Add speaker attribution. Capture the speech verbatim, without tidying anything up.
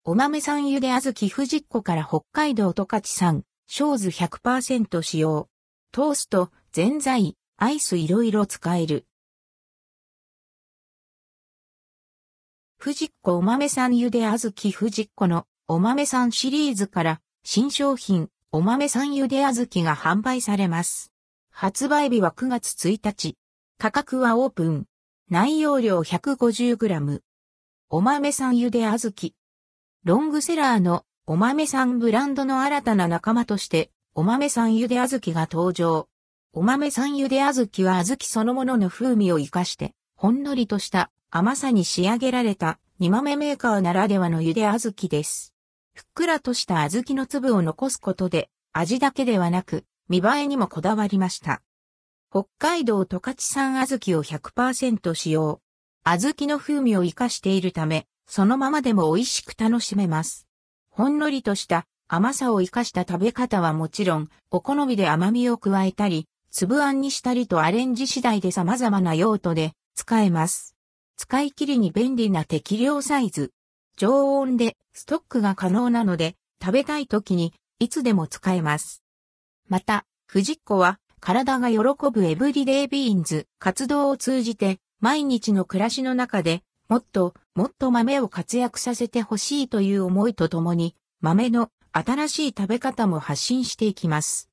Speaker 1: お豆産茹で小豆ふじっこから北海道十勝産、小豆 ひゃくパーセント 使用。トースト、ぜんざい、アイスいろいろ使える。ふじっこお豆産茹で小豆ふじっこのお豆産シリーズから新商品お豆産茹で小豆が販売されます。発売日はくがつついたち。価格はオープン。内容量 ひゃくごじゅうグラム。お豆産茹で小豆。ロングセラーのお豆産ブランドの新たな仲間としてお豆産茹で小豆が登場。お豆産茹で小豆は小豆そのものの風味を生かしてほんのりとした甘さに仕上げられた煮豆メーカーならではの茹で小豆です。ふっくらとした小豆の粒を残すことで味だけではなく見栄えにもこだわりました。北海道十勝産小豆を ひゃくパーセント 使用。小豆の風味を生かしているため、そのままでも美味しく楽しめます。ほんのりとした甘さを生かした食べ方はもちろん、お好みで甘みを加えたり、粒あんにしたりとアレンジ次第で様々な用途で使えます。使い切りに便利な適量サイズ。常温でストックが可能なので、食べたい時にいつでも使えます。また、ふじっこは体が喜ぶエブリデイビーンズ活動を通じて毎日の暮らしの中でもっともっと豆を活躍させてほしいという思いとともに豆の新しい食べ方も発信していきます。